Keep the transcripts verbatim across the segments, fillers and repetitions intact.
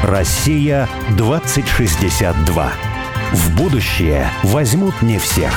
Россия двадцать шестьдесят два. В будущее возьмут не всех.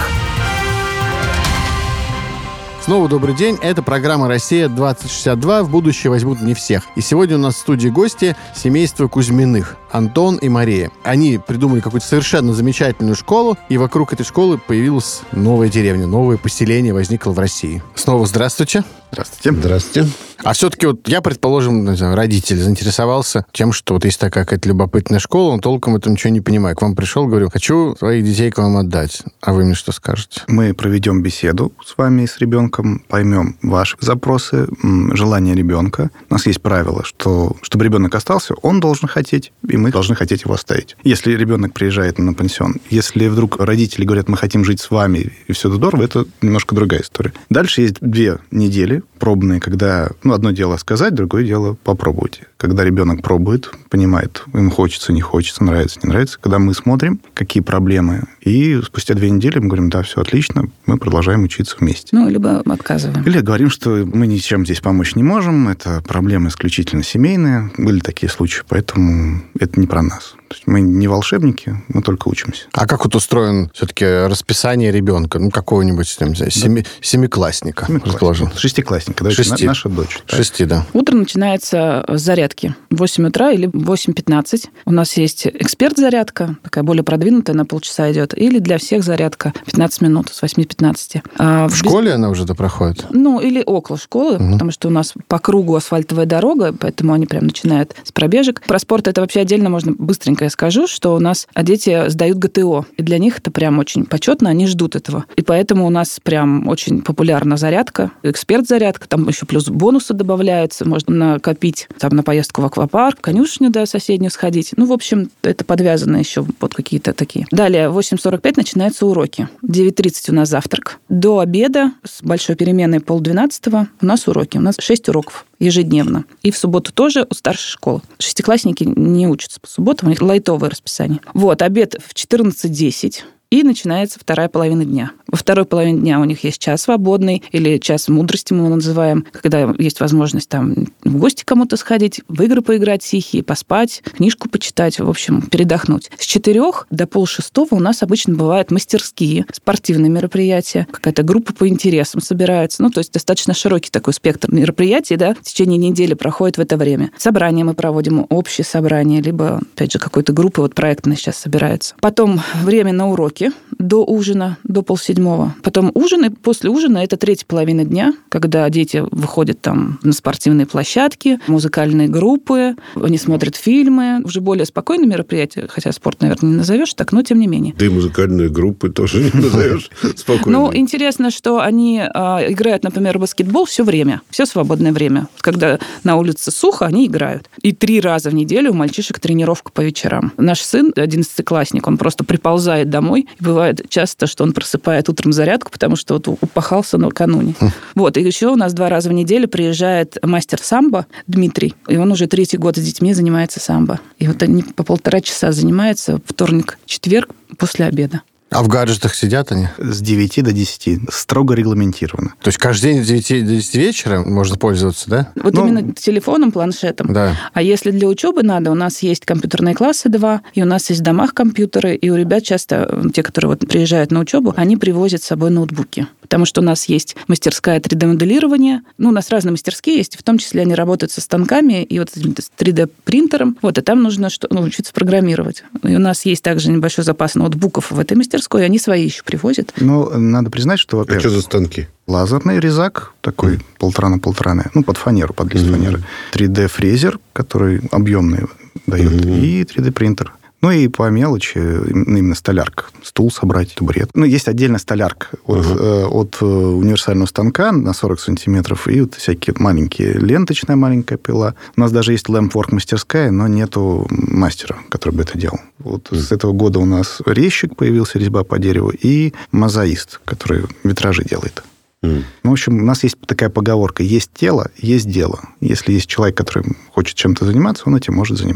Снова добрый день. Это программа «Россия двадцать шестьдесят два. В будущее возьмут не всех». И сегодня у нас в студии гости семейства Кузьминых. Антон и Мария. Они придумали какую-то совершенно замечательную школу, и вокруг этой школы появилась новая деревня, новое поселение возникло в России. Снова здравствуйте. Здравствуйте. Здравствуйте. А все-таки вот я, предположим, не знаю, родитель заинтересовался тем, что вот есть такая какая-то любопытная школа, он толком это ничего не понимает. К вам пришел, говорю, хочу своих детей к вам отдать. А вы мне что скажете? Мы проведем беседу с вами, с ребенком, поймем ваши запросы, желания ребенка. У нас есть правило, что чтобы ребенок остался, он должен хотеть, и мы должны хотеть его оставить. Если ребенок приезжает на пансион, если вдруг родители говорят, мы хотим жить с вами, и все здорово, это немножко другая история. Дальше есть две недели пробные, когда, ну, одно дело сказать, другое дело попробовать. Когда ребенок пробует, понимает, ему хочется, не хочется, нравится, не нравится, когда мы смотрим, какие проблемы, и спустя две недели мы говорим, да, все отлично, мы продолжаем учиться вместе. Ну, либо отказываем. Или говорим, что мы ничем здесь помочь не можем, это проблемы исключительно семейные, были такие случаи, поэтому это не про нас. То есть мы не волшебники, мы только учимся. А как вот устроен все-таки расписание ребенка? Ну, какого-нибудь там, да. семи, семиклассника, предположим. Шестиклассника, да, Шести. наша дочь. Шести, да. Утро начинается с зарядки. В восемь утра или в восемь пятнадцать. У нас есть эксперт-зарядка, такая более продвинутая, на полчаса идет. Или для всех зарядка пятнадцать минут с восьми пятнадцати. А в без... школе она уже-то проходит? Ну, или около школы, угу. Потому что у нас по кругу асфальтовая дорога, поэтому они прям начинают с пробежек. Про спорт это вообще отдельно можно быстренько я скажу, что у нас дети сдают ГТО, и для них это прям очень почетно, они ждут этого. И поэтому у нас прям очень популярна зарядка, эксперт-зарядка, там еще плюс бонусы добавляются, можно накопить там на поездку в аквапарк, в конюшню, да, соседнюю сходить. Ну, в общем, это подвязано еще под какие-то такие. Далее, в восемь сорок пять начинаются уроки. В девять тридцать у нас завтрак. До обеда с большой переменной полдвенадцатого у нас уроки. У нас шесть уроков ежедневно. И в субботу тоже у старшей школы. Шестиклассники не учатся по субботам, у них лайтовое расписание. Вот, обед в четырнадцать десять. И начинается вторая половина дня. Во второй половине дня у них есть час свободный или час мудрости, мы его называем, когда есть возможность там в гости кому-то сходить, в игры поиграть тихие, поспать, книжку почитать, в общем, передохнуть. С четырех до полшестого у нас обычно бывают мастерские, спортивные мероприятия, какая-то группа по интересам собирается. Ну, то есть достаточно широкий такой спектр мероприятий, да, в течение недели проходит в это время. Собрания мы проводим, общие собрания, либо, опять же, какой-то группы, вот проектные сейчас собираются. Потом время на уроки до ужина, до полседьмого. Потом ужин, и после ужина это третья половина дня, когда дети выходят там на спортивные площадки, музыкальные группы, они смотрят фильмы, уже более спокойные мероприятия, хотя спорт, наверное, не назовешь так, но тем не менее. Да и музыкальные группы тоже не назовешь спокойно. Ну, интересно, что они играют, например, в баскетбол все время, все свободное время. Когда на улице сухо, они играют. И три раза в неделю у мальчишек тренировка по вечерам. Наш сын, одиннадцатиклассник, он просто приползает домой. И бывает часто, что он просыпает утром зарядку, потому что вот упахался накануне. Хм. Вот. И еще у нас два раза в неделю приезжает мастер самбо Дмитрий, и он уже третий год с детьми занимается самбо. И вот они по полтора часа занимаются вторник, четверг после обеда. А в гаджетах сидят они? С девяти до десяти. Строго регламентировано. То есть каждый день с девяти до десяти вечера можно пользоваться, да? Вот ну, именно телефоном, планшетом. Да. А если для учебы надо, у нас есть компьютерные классы два, и у нас есть в домах компьютеры, и у ребят часто, те, которые вот приезжают на учебу, они привозят с собой ноутбуки. Потому что у нас есть мастерская три дэ-моделирования. Ну, у нас разные мастерские есть, в том числе они работают со станками и вот с три дэ-принтером. Вот, и там нужно что, ну, учиться программировать. И у нас есть также небольшой запас ноутбуков в этой мастерской, и они свои еще привозят. Ну, надо признать, что, во-первых... А что за станки? Лазерный резак, такой mm. полтора на полтора, ну, под фанеру, под лист mm-hmm. фанеры. три дэ-фрезер, который объемный дает, mm-hmm. и три дэ-принтер. Ну и по мелочи, именно столярка. Стул собрать, табурет. Ну, есть отдельно столярка от, uh-huh. э, от универсального станка на сорок сантиметров и вот всякие маленькие, ленточная маленькая пила. У нас даже есть лэмпворк мастерская, но нету мастера, который бы это делал. Вот uh-huh. с этого года у нас резчик появился, резьба по дереву, и мозаист, который витражи делает. Mm. Ну, в общем, у нас есть такая поговорка: есть тело, есть дело. Если есть человек, который хочет чем-то заниматься, он этим может заниматься.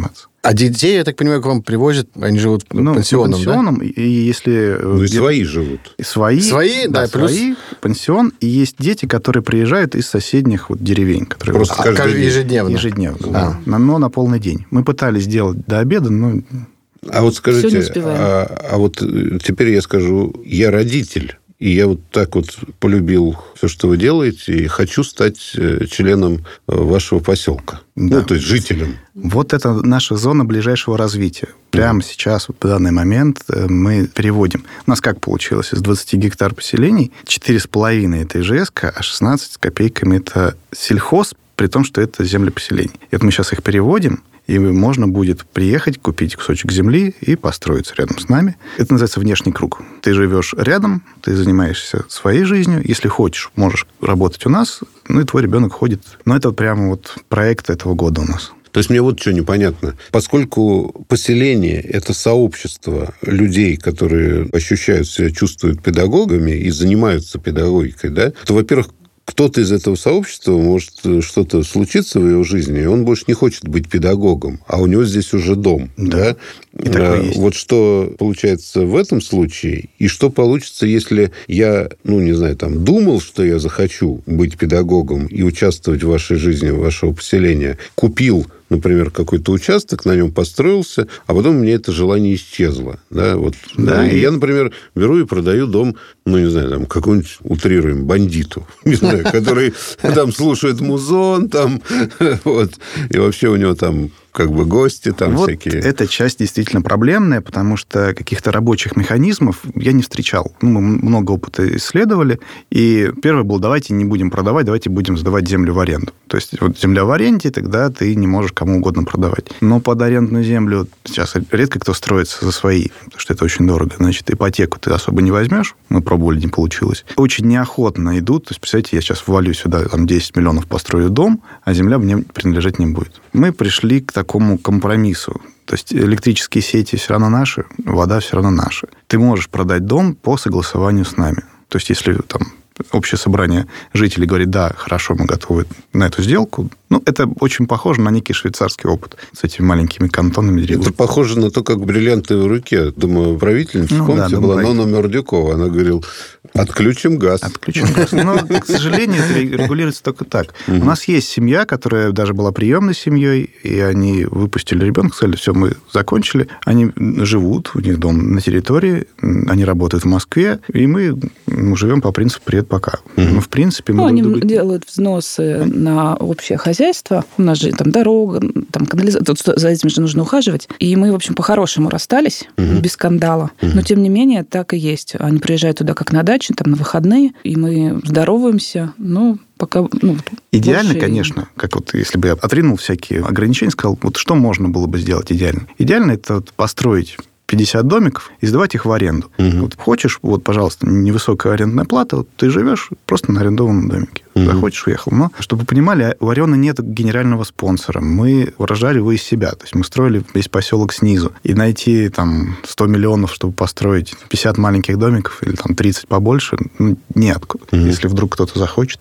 А детей, я так понимаю, к вам привозят, они живут ну, пансионом, пансионом, да? И если... Ну, и свои живут. И свои. Свои, да, да, плюс... свои, пансион. И есть дети, которые приезжают из соседних вот деревень. Которые Просто вот, каждый день. ежедневно? Ежедневно, А. да. Но на полный день. Мы пытались сделать до обеда, но... А вот скажите, Всё не успеваем. а, а вот теперь я скажу, я родитель, и я вот так вот полюбил все, что вы делаете, и хочу стать членом вашего поселка. Да. Ну, то есть жителем. Вот это наша зона ближайшего развития. Прямо mm. сейчас, вот в данный момент, мы переводим. У нас как получилось? Из двадцати гектар поселений четыре с половиной это ИЖС, а шестнадцать с копейками это сельхоз, при том, что это земли поселений. И вот мы сейчас их переводим, и можно будет приехать, купить кусочек земли и построиться рядом с нами. Это называется внешний круг. Ты живешь рядом, ты занимаешься своей жизнью. Если хочешь, можешь работать у нас, ну и твой ребенок ходит. Но это прямо вот проект этого года у нас. То есть мне вот что непонятно. Поскольку поселение – это сообщество людей, которые ощущают себя, чувствуют педагогами и занимаются педагогикой, да, то, во-первых, кто-то из этого сообщества, может что-то случиться в его жизни, и он больше не хочет быть педагогом, а у него здесь уже дом. Да? Да? Вот что получается в этом случае, и что получится, если я, ну, не знаю, там, думал, что я захочу быть педагогом и участвовать в вашей жизни, в вашего поселения, купил, например, какой-то участок, на нем построился, а потом у меня это желание исчезло. Да, вот. Да, и я, например, беру и продаю дом, ну, не знаю, там, какому-нибудь, утрируем, бандиту, не знаю, который там слушает музон, там, вот, и вообще у него там как бы гости там вот всякие. Эта часть действительно проблемная, потому что каких-то рабочих механизмов я не встречал. Ну, мы много опыта исследовали, и первое было, давайте не будем продавать, давайте будем сдавать землю в аренду. То есть вот земля в аренде, тогда ты не можешь кому угодно продавать. Но под арендную землю сейчас редко кто строится за свои, потому что это очень дорого. Значит, ипотеку ты особо не возьмешь, мы пробовали, не получилось. Очень неохотно идут, то есть, представляете, я сейчас ввалю сюда там, десять миллионов, построю дом, а земля мне принадлежать не будет. Мы пришли к такому компромиссу. То есть электрические сети все равно наши, вода все равно наша. Ты можешь продать дом по согласованию с нами. То есть если там общее собрание жителей говорит, да, хорошо, мы готовы на эту сделку. Ну, это очень похоже на некий швейцарский опыт с этими маленькими кантонами деревьев. Это похоже на то, как в бриллиантовой руке. Думаю, правительница, ну, помните, да, была правитель. Нонна Мордюкова. Она говорила, отключим газ. Отключим газ. Но, к сожалению, это регулируется только так. У нас есть семья, которая даже была приемной семьей, и они выпустили ребенка, сказали, все, мы закончили. Они живут, у них дом на территории, они работают в Москве, и мы живем по принципу «привет, пока». Ну, в принципе, мы... Ну, они друг... делают взносы на общее хозяйство. У нас же там дорога, там канализация. Тут за этим же нужно ухаживать. И мы, в общем, по-хорошему расстались, угу. без скандала. Угу. Но, тем не менее, так и есть. Они приезжают туда как на дачу, там на выходные, и мы здороваемся. Ну, пока... Ну, идеально, больше... конечно, как вот если бы я отринул всякие ограничения, сказал, вот что можно было бы сделать идеально? Идеально это вот построить пятьдесят домиков и сдавать их в аренду. Угу. Вот хочешь, вот, пожалуйста, невысокая арендная плата, вот ты живешь просто на арендованном домике. Угу. Захочешь, уехал. Но, чтобы вы понимали, у Орена нет генерального спонсора. Мы выражали его из себя. То есть мы строили весь поселок снизу. И найти там сто миллионов, чтобы построить пятьдесят маленьких домиков или там тридцать побольше, ну, неоткуда. Угу. Если вдруг кто-то захочет,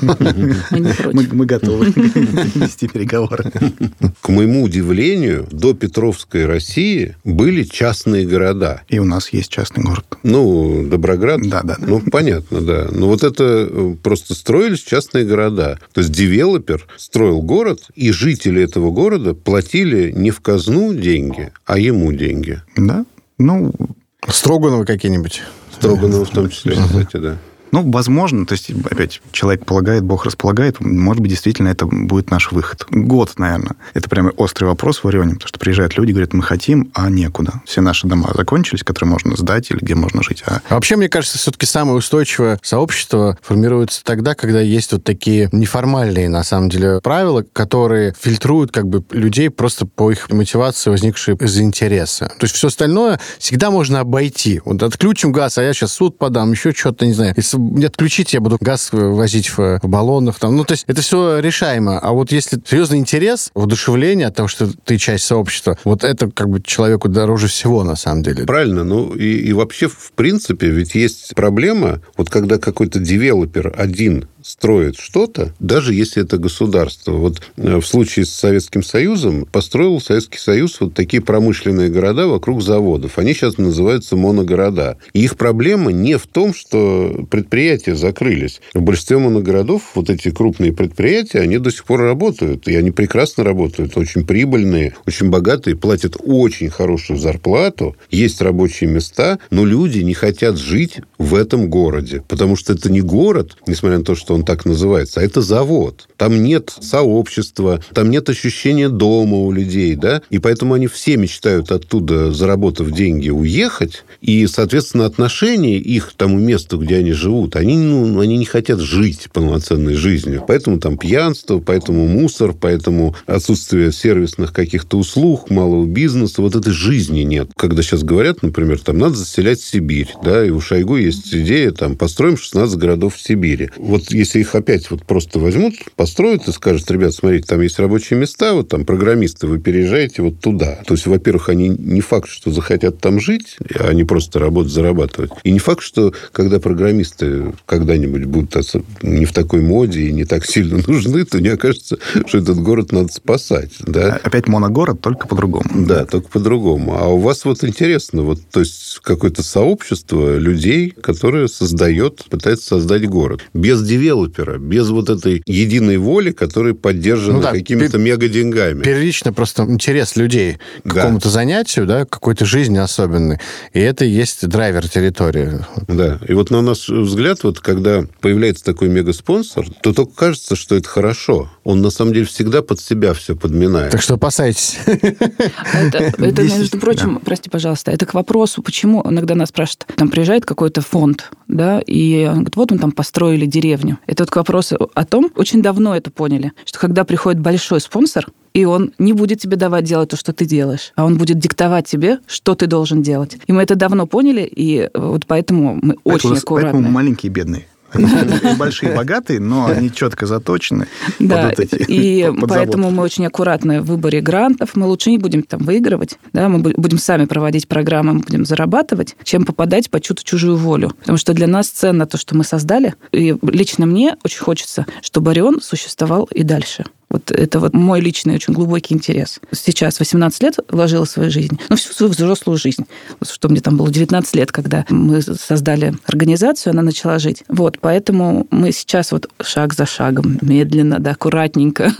мы готовы вести переговоры. К моему удивлению, до Петровской России были частные города. И у нас есть частный город. Ну, Доброград. Да, да. Ну, понятно, да. Но вот это просто строились частные города. То есть девелопер строил город, и жители этого города платили не в казну деньги, а ему деньги. Да. Ну... Строгановы какие-нибудь. Строгановы в том числе, кстати, да. Ну, возможно, то есть, опять, человек полагает, Бог располагает, может быть, действительно, это будет наш выход. Год, наверное. Это прямо острый вопрос в Орионе, потому что приезжают люди, говорят, мы хотим, а некуда. Все наши дома закончились, которые можно сдать или где можно жить. А... Вообще, мне кажется, все-таки самое устойчивое сообщество формируется тогда, когда есть вот такие неформальные, на самом деле, правила, которые фильтруют как бы людей просто по их мотивации, возникшей из интереса. То есть все остальное всегда можно обойти. Вот отключим газ, а я сейчас в суд подам, еще что-то, не знаю. Если не отключить, я буду газ возить в, в баллонах. Там. Ну, то есть это все решаемо. А вот если серьезный интерес, воодушевление от того, что ты часть сообщества, вот это как бы человеку дороже всего, на самом деле. Правильно. Ну, и, и вообще, в принципе, ведь есть проблема, вот когда какой-то девелопер один строит что-то, даже если это государство. Вот в случае с Советским Союзом построил Советский Союз вот такие промышленные города вокруг заводов. Они сейчас называются моногорода. И их проблема не в том, что предприятия закрылись. В большинстве моногородов вот эти крупные предприятия, они до сих пор работают. И они прекрасно работают. Очень прибыльные, очень богатые, платят очень хорошую зарплату. Есть рабочие места, но люди не хотят жить в этом городе. Потому что это не город, несмотря на то, что он так называется, а это завод. Там нет сообщества, там нет ощущения дома у людей, да, и поэтому они все мечтают оттуда, заработав деньги, уехать, и, соответственно, отношения их к тому месту, где они живут, они, ну, они не хотят жить полноценной жизнью. Поэтому там пьянство, поэтому мусор, поэтому отсутствие сервисных каких-то услуг, малого бизнеса, вот этой жизни нет. Когда сейчас говорят, например, там надо заселять Сибирь, да, и у Шойгу есть идея, там, построим шестнадцать городов в Сибири. Вот если их опять вот просто возьмут, построят и скажут, ребят, смотрите, там есть рабочие места, вот там программисты, вы переезжаете вот туда. То есть, во-первых, они не факт, что захотят там жить, а не просто работать, зарабатывать. И не факт, что когда программисты когда-нибудь будут не в такой моде и не так сильно нужны, то не окажется, что этот город надо спасать. Да? Опять моногород, только по-другому. Да, только по-другому. А у вас вот интересно, вот, то есть какое-то сообщество людей, которое создает, пытается создать город. Без девелопера, без вот этой единой воли, которая поддержана ну, да, какими-то пер- мега-деньгами. Первично просто интерес людей к да. какому-то занятию, да, к какой-то жизни особенной. И это и есть драйвер территории. Да. И вот на наш взгляд, вот когда появляется такой мегаспонсор, то только кажется, что это хорошо. Он на самом деле всегда под себя все подминает. Так что опасайтесь. Это, это между прочим, да. прости, пожалуйста, это к вопросу, почему иногда нас спрашивают, там приезжает какой-то фонд, да, и он говорит, вот мы там построили деревню. Это вот к вопросу о том, очень давно это поняли, что когда приходит большой спонсор, и он не будет тебе давать делать то, что ты делаешь, а он будет диктовать тебе, что ты должен делать. И мы это давно поняли, и вот поэтому мы поэтому, очень аккуратны. Поэтому мы маленькие и бедные. Большие, богатые, но они четко заточены. Да, и поэтому мы очень аккуратны в выборе грантов. Мы лучше не будем там выигрывать, да, мы будем сами проводить программы, мы будем зарабатывать, чем попадать под чью-то чужую волю. Потому что для нас ценно то, что мы создали. И лично мне очень хочется, чтобы Орион существовал и дальше. Вот это вот мой личный очень глубокий интерес. Сейчас восемнадцать лет вложила в свою жизнь, ну, всю свою взрослую жизнь. Что мне там было девятнадцать лет, когда мы создали организацию, она начала жить. Вот, поэтому мы сейчас вот шаг за шагом, медленно, да, аккуратненько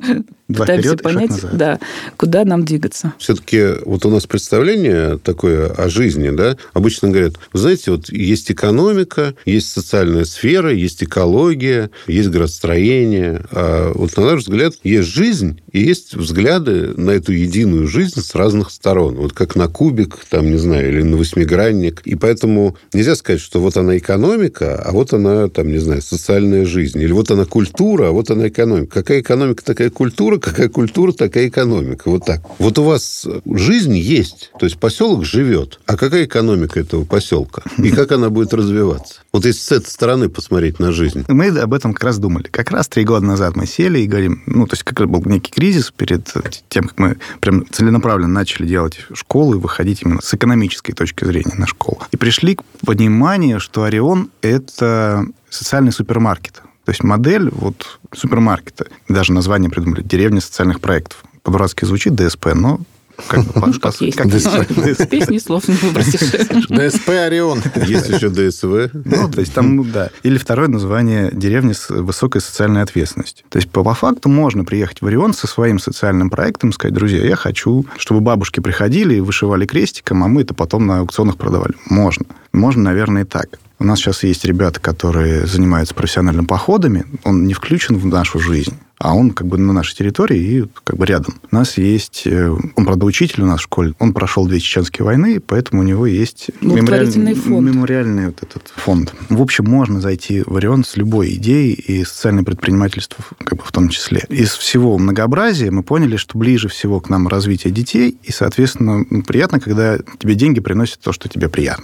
Два пытаемся вперед, понять, да, куда нам двигаться. Все-таки вот у нас представление такое о жизни, да, обычно говорят, вы знаете, вот есть экономика, есть социальная сфера, есть экология, есть градостроение, а вот на наш взгляд есть жизнь и есть взгляды на эту единую жизнь с разных сторон. Вот как на кубик, там, не знаю, или на восьмигранник. И поэтому нельзя сказать, что вот она экономика, а вот она, там, не знаю, социальная жизнь. Или вот она культура, а вот она экономика. Какая экономика, такая культура, какая культура, такая экономика. Вот так. Вот у вас жизнь есть, то есть поселок живет. А какая экономика этого поселка? И как она будет развиваться? Вот если с этой стороны посмотреть на жизнь. Мы об этом как раз думали. Как раз три года назад мы сели и говорим, ну, то есть, как был некий кризис перед тем, как мы прям целенаправленно начали делать школы, выходить именно с экономической точки зрения на школу. И пришли к пониманию, что Орион – это социальный супермаркет. То есть модель вот супермаркета. Даже название придумали «Деревня социальных проектов». По-дурацки звучит ДСП, но... Как, ну, как есть. С песней слов не выбросишь. ДСП «Орион». Есть еще ДСВ. Ну, то есть там, да. Или второе название «Деревня с высокой социальной ответственностью». То есть по, по факту можно приехать в Орион со своим социальным проектом и сказать, друзья, я хочу, чтобы бабушки приходили и вышивали крестиком, а мы это потом на аукционах продавали. Можно. Можно, наверное, и так. У нас сейчас есть ребята, которые занимаются профессиональными походами. Он не включен в нашу жизнь, а он как бы на нашей территории и как бы рядом. У нас есть... Он, правда, учитель у нас в школе. Он прошел две чеченские войны, поэтому у него есть мемориальный фонд. мемориальный вот этот фонд. В общем, можно зайти в Орион с любой идеей, и социальное предпринимательство как бы в том числе. Из всего многообразия мы поняли, что ближе всего к нам развитие детей, и, соответственно, приятно, когда тебе деньги приносят то, что тебе приятно. В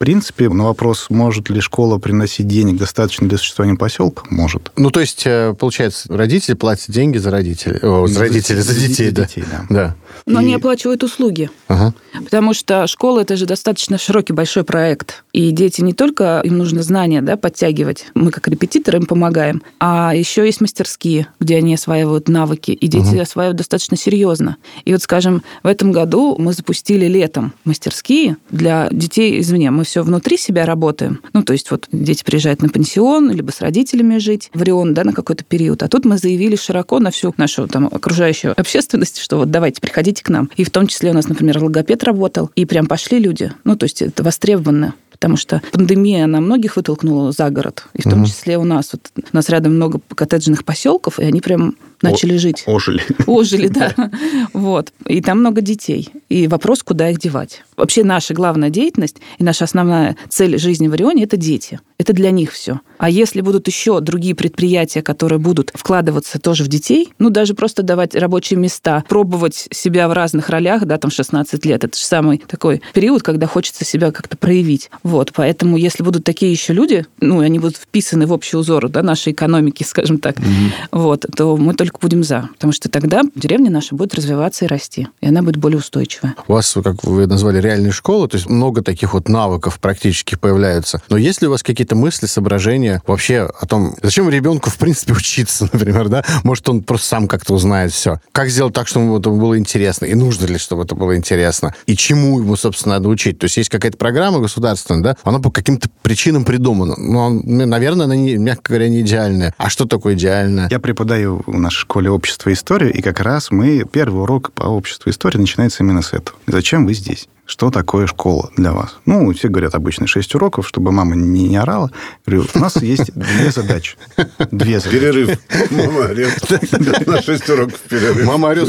принципе, на вопрос, может ли школа приносить денег достаточно для существования поселка, может. Ну, то есть, получается, родители платят деньги за родителей. О, за родителей, за детей, за да. детей, да. да. Но И... они оплачивают услуги. Ага. Потому что школа – это же достаточно широкий, большой проект. И дети не только, им нужно знания, да, подтягивать, мы как репетиторы им помогаем, а еще есть мастерские, где они осваивают навыки, и дети угу. осваивают достаточно серьезно. И вот, скажем, в этом году мы запустили летом мастерские для детей извне. Мы все внутри себя работаем. Ну, то есть вот дети приезжают на пансион, либо с родителями жить в Рион, да, на какой-то период. А тут мы заявили широко на всю нашу там окружающую общественность, что вот давайте, приходите к нам. И в том числе у нас, например, логопед работал, и прям пошли люди. Ну, то есть это востребовано. Потому что пандемия, она многих вытолкнула за город. И в том числе у нас. Вот, у нас рядом много коттеджных поселков, и они прям начали О, жить. Ожили. Ожили, да. Вот. И там много детей. И вопрос, куда их девать. Вообще наша главная деятельность и наша основная цель жизни в Орионе – это дети. Это для них все. А если будут еще другие предприятия, которые будут вкладываться тоже в детей, ну, даже просто давать рабочие места, пробовать себя в разных ролях, да, там шестнадцать лет, это же самый такой период, когда хочется себя как-то проявить. Вот. Поэтому, если будут такие еще люди, ну, они будут вписаны в общий узор, да, нашей экономики, скажем так, mm-hmm. вот, то мы только будем за. Потому что тогда деревня наша будет развиваться и расти, и она будет более устойчивая. У вас, как вы назвали, реальная школа, то есть много таких вот навыков практически появляется. Но есть ли у вас какие-то мысли, соображения вообще о том, зачем ребенку, в принципе, учиться, например, да? Может, он просто сам как-то узнает все. Как сделать так, чтобы ему это было интересно? И нужно ли, чтобы это было интересно? И чему ему, собственно, надо учить? То есть есть какая-то программа государственная, да? Она по каким-то причинам придумана. Но, наверное, она, не, мягко говоря, не идеальная. А что такое идеальное? Я преподаю в нашей школе общество и историю, и как раз мы, первый урок по обществу и истории начинается именно с этого. Зачем вы здесь? Что такое школа для вас? Ну, все говорят обычно шесть уроков, чтобы мама не, не орала. Говорю, у нас есть две задачи. Две задачи. Перерыв. Мама орет. На шесть уроков перерыв. Мама орет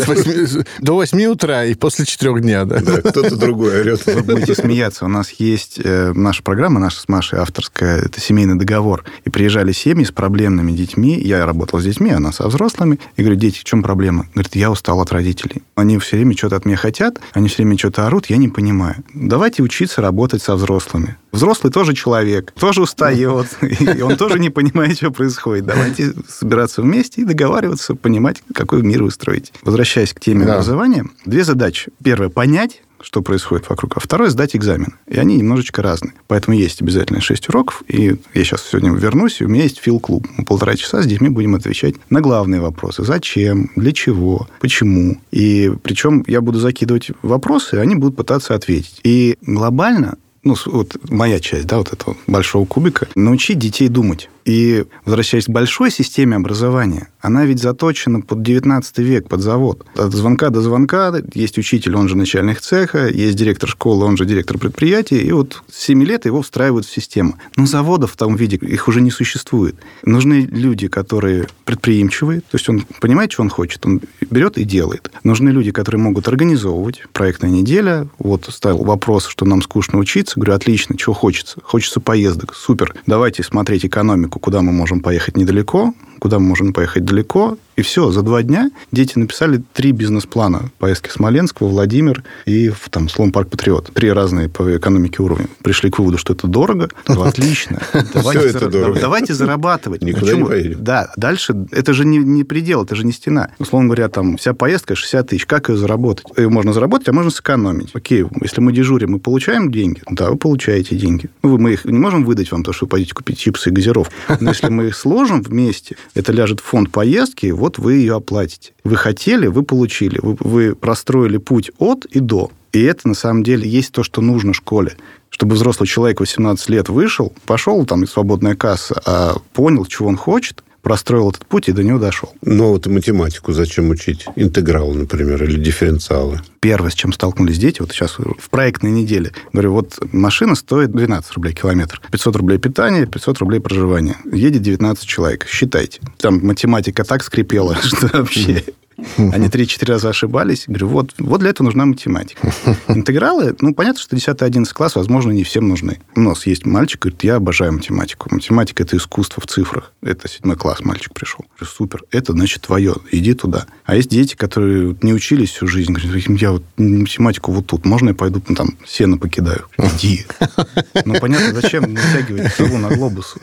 до восьми утра и после четырех дня, да? Да, кто-то другой орет. Вы будете смеяться. У нас есть наша программа, наша с Машей авторская, это семейный договор. И приезжали семьи с проблемными детьми. Я работал с детьми, она со взрослыми. И говорю, дети, в чем проблема? Говорит, я устал от родителей. Они все время что-то от меня хотят, они все время что-то орут, я не понимаю. Понимаю. Давайте учиться работать со взрослыми. Взрослый тоже человек, тоже устает, и он тоже не понимает, что происходит. Давайте собираться вместе и договариваться, понимать, какой мир вы строите. Возвращаясь к теме да. образования, две задачи. Первая – понять, что происходит вокруг, а второе – сдать экзамен. И они немножечко разные. Поэтому есть обязательно шесть уроков, и я сейчас сегодня вернусь, и у меня есть фил-клуб. Мы полтора часа с детьми будем отвечать на главные вопросы. Зачем, для чего, почему. И причем я буду закидывать вопросы, и они будут пытаться ответить. И глобально, ну, вот моя часть, да, вот этого большого кубика, научить детей думать. И, возвращаясь к большой системе образования, она ведь заточена под девятнадцатый век, под завод. От звонка до звонка есть учитель, он же начальник цеха, есть директор школы, он же директор предприятия, и вот с семи лет его встраивают в систему. Но заводов в том виде, их уже не существует. Нужны люди, которые предприимчивые, то есть он понимает, что он хочет, он берет и делает. Нужны люди, которые могут организовывать. Проектная неделя, вот ставил вопрос, что нам скучно учиться, говорю, отлично, чего хочется? Хочется поездок, супер, давайте смотреть экономику, куда мы можем поехать недалеко, куда мы можем поехать далеко. И все, за два дня дети написали три бизнес-плана. Поездки в Смоленск, во Владимир и в там, Слон-парк Патриот. Три разные по экономике уровня. Пришли к выводу, что это дорого. Ну, отлично. Давайте зарабатывать. Никуда не поедем. Да, дальше это же не предел, это же не стена. Условно говоря, там вся поездка шестьдесят тысяч. Как ее заработать? Ее можно заработать, а можно сэкономить. Окей, если мы дежурим, мы получаем деньги? Да, вы получаете деньги. Мы их не можем выдать вам, то, что вы пойдете купить чипсы и газировку. Но если мы их сложим вместе, это ляжет в фонд поездки, вот вы ее оплатите. Вы хотели, вы получили. Вы, вы простроили путь от и до. И это, на самом деле, есть то, что нужно школе. Чтобы взрослый человек восемнадцать лет вышел, пошел, там, и свободная касса, а понял, чего он хочет, простроил этот путь и до него дошел. Ну, вот математику зачем учить? Интегралы, например, или дифференциалы? Первое, с чем столкнулись дети, вот сейчас в проектной неделе, говорю, вот машина стоит двенадцать рублей километр, пятьсот рублей питание, пятьсот рублей проживание. Едет девятнадцать человек, считайте. Там математика так скрипела, что вообще... Они три-четыре раза ошибались. Говорю, вот, вот для этого нужна математика. Интегралы, ну, понятно, что десятый-одиннадцатый класс, возможно, не всем нужны. У нас есть мальчик, говорит, я обожаю математику. Математика – это искусство в цифрах. Это седьмой класс мальчик пришел. Говорю, супер, это, значит, твое, иди туда. А есть дети, которые не учились всю жизнь. Говорят, я вот математику вот тут, можно я пойду, ну, там, сено покидаю? Иди. Ну, понятно, зачем натягивать сову на глобус?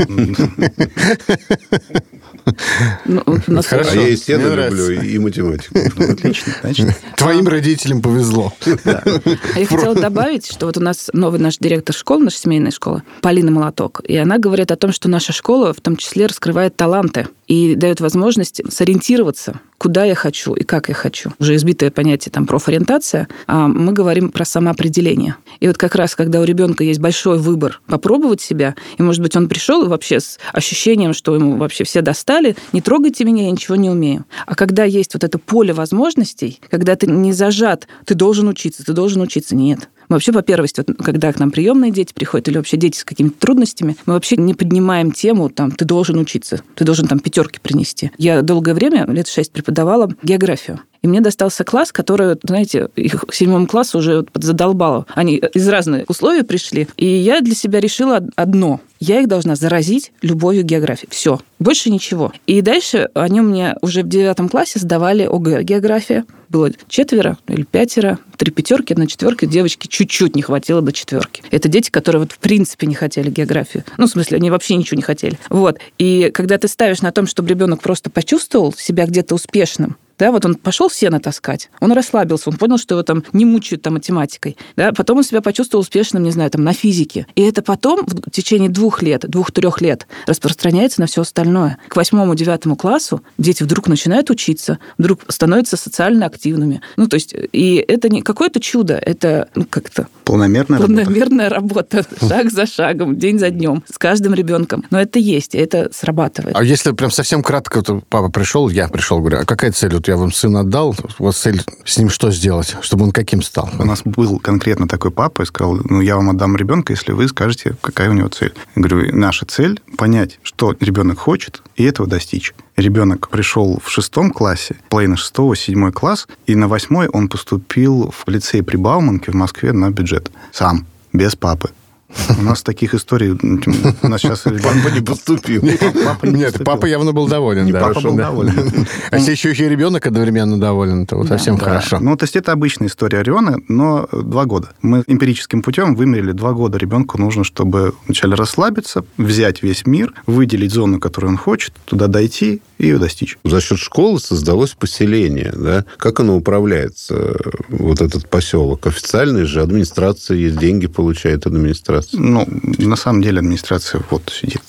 Ну, вот Хорошо. А я и сено Мне люблю, нравится. и математику. Ну, отлично, значит. Твоим родителям повезло. Да. А я хотела добавить, что вот у нас новый наш директор школы, наша семейная школа, Полина Молоток, и она говорит о том, что наша школа в том числе раскрывает таланты и дает возможность сориентироваться, куда я хочу и как я хочу. Уже избитое понятие там профориентация, а мы говорим про самоопределение. И вот как раз, когда у ребенка есть большой выбор попробовать себя, и, может быть, он пришел вообще с ощущением, что ему вообще все достали, не трогайте меня, я ничего не умею. А когда есть вот это поле возможностей, когда ты не зажат, ты должен учиться, ты должен учиться, нет. Мы вообще по первости, вот, когда к нам приемные дети приходят, или вообще дети с какими-то трудностями, мы вообще не поднимаем тему, там, ты должен учиться, ты должен там пятерки принести. Я долгое время, лет шесть, преподавала географию. И мне достался класс, который, знаете, их к седьмому классу уже задолбало. Они из разных условий пришли. И я для себя решила одно. Я их должна заразить любовью к географии. Все. Больше ничего. И дальше они у меня уже в девятом классе сдавали ОГЭ география. Было четверо или пятеро, три пятерки, одна четверка. Девочки чуть-чуть не хватило до четверки. Это дети, которые вот в принципе не хотели географию. Ну, в смысле, они вообще ничего не хотели. Вот. И когда ты ставишь на том, чтобы ребенок просто почувствовал себя где-то успешным, да, вот он пошел сено таскать, он расслабился, он понял, что его там не мучают там математикой. Да, потом он себя почувствовал успешным, не знаю, там, на физике. И это потом в течение двух лет, двух-трех лет распространяется на все остальное. К восьмому-девятому классу дети вдруг начинают учиться, вдруг становятся социально активными. Ну, то есть, и это не какое-то чудо, это, ну, как-то... Планомерная работа. Планомерная работа, шаг за шагом, день за днем, с каждым ребенком. Но это есть, это срабатывает. А если прям совсем кратко, то папа пришел, я пришел, говорю, а какая цель? Вот я вам сына отдал, у вас цель с ним что сделать, чтобы он каким стал? У нас был конкретно такой папа и сказал, ну, я вам отдам ребенка, если вы скажете, какая у него цель. Я говорю, наша цель – понять, что ребенок хочет, и этого достичь. Ребенок пришел в шестом классе, половина шестого, седьмой класс, и на восьмой он поступил в лицей при Бауманке в Москве на бюджет. Сам, без папы. У нас таких историй... У нас сейчас... Папа не поступил. Нет, папа явно был доволен. Папа был доволен. А если еще и ребенок одновременно доволен, то совсем хорошо. Ну, то есть это обычная история Ориона, но два года. Мы эмпирическим путем вымерили два года. Ребенку нужно, чтобы вначале расслабиться, взять весь мир, выделить зону, которую он хочет, туда дойти и ее достичь. За счет школы создалось поселение, да? Как оно управляется, вот этот поселок? Официальная же администрация есть, деньги получает администрация. Ну, на самом деле администрация вот сидит.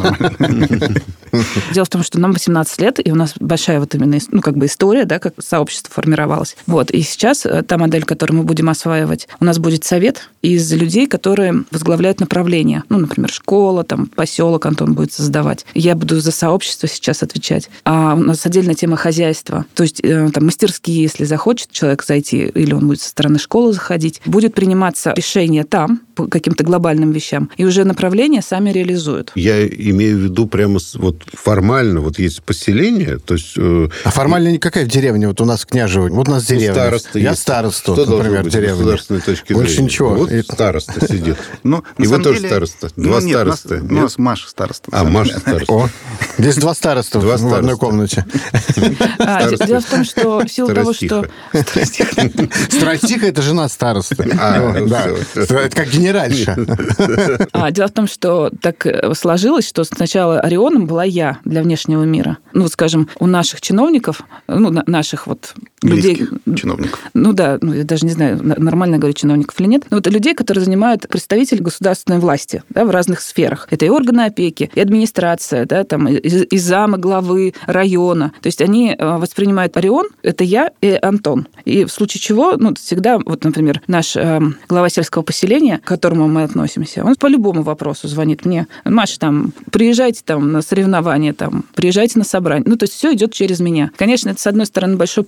Дело в том, что нам восемнадцать лет, и у нас большая вот именно, ну, как бы история, да, как сообщество формировалось. Вот. И сейчас та модель, которую мы будем осваивать, у нас будет совет из людей, которые возглавляют направление. Ну, например, школа, там, поселок Антон будет создавать. Я буду за сообщество сейчас отвечать. А у нас отдельная тема хозяйства. То есть, там, мастерские, если захочет человек зайти, или он будет со стороны школы заходить, будет приниматься решение там по каким-то глобальным вещам, и уже направления сами реализуют. Я имею в виду прямо вот формально, вот есть поселение, то есть... Э, а формально и... какая в деревне? Вот у нас Княжево, вот у нас деревня. Староста Я есть. староста, Что например, быть деревня. С государственной точки Больше зрения. ничего. Вот И... староста сидит. Ну, и вы тоже деле... староста. Два ну, нет, староста. У нас, у нас Маша староста. А, Маша староста. О, здесь два староста два в одной комнате. А, дело в том, что в силу того, что... Старостиха – это жена старосты. А, это как генеральша. А, дело в том, что так сложилось, что сначала Орионом была я для внешнего мира. Ну, вот, скажем, у наших чиновников, ну, наших вот людей... чиновников. Ну, да, ну, я даже не знаю, нормально говорю чиновников или нет. Но вот людей, которые занимают представители государственной власти, да, в разных сферах. Это и органы опеки, и администрация, да, там, и, и замы главы района. То есть они воспринимают Орион, это я и Антон. И в случае чего, ну, всегда, вот, например, наш э, глава сельского поселения, к которому мы относимся, он по любому вопросу звонит мне. Маша, там, приезжайте там на соревнования, там, приезжайте на собрание. Ну, то есть все идет через меня. Конечно, это, с одной стороны, большой плюс,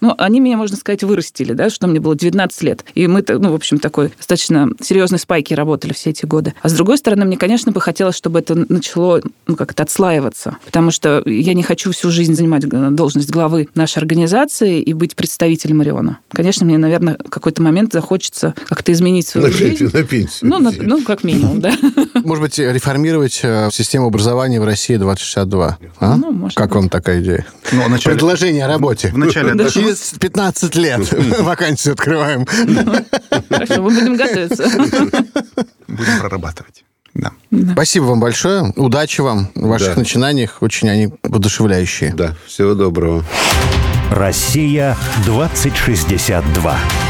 Ну, они меня, можно сказать, вырастили, да, что мне было девятнадцать лет. И мы, ну, в общем, такой достаточно серьезной спайки работали все эти годы. А с другой стороны, мне, конечно, бы хотелось, чтобы это начало, ну, как-то отслаиваться. Потому что я не хочу всю жизнь занимать должность главы нашей организации и быть представителем Ориона. Конечно, мне, наверное, в какой-то момент захочется как-то изменить свою на жизнь. Пенсию, на пенсию. Ну, на, ну, как минимум, да. Может быть, реформировать систему образования в России двадцать шестьдесят два? А? Ну, может как быть. вам такая идея? Ну, вначале... Предложение о работе. Вначале... Да. Через пятнадцать лет вакансию открываем. Хорошо, мы будем готовиться. Будем прорабатывать. Да. Да. Спасибо вам большое. Удачи вам в ваших Да. начинаниях. Очень они воодушевляющие. Да, всего доброго. Россия двадцать шестьдесят два.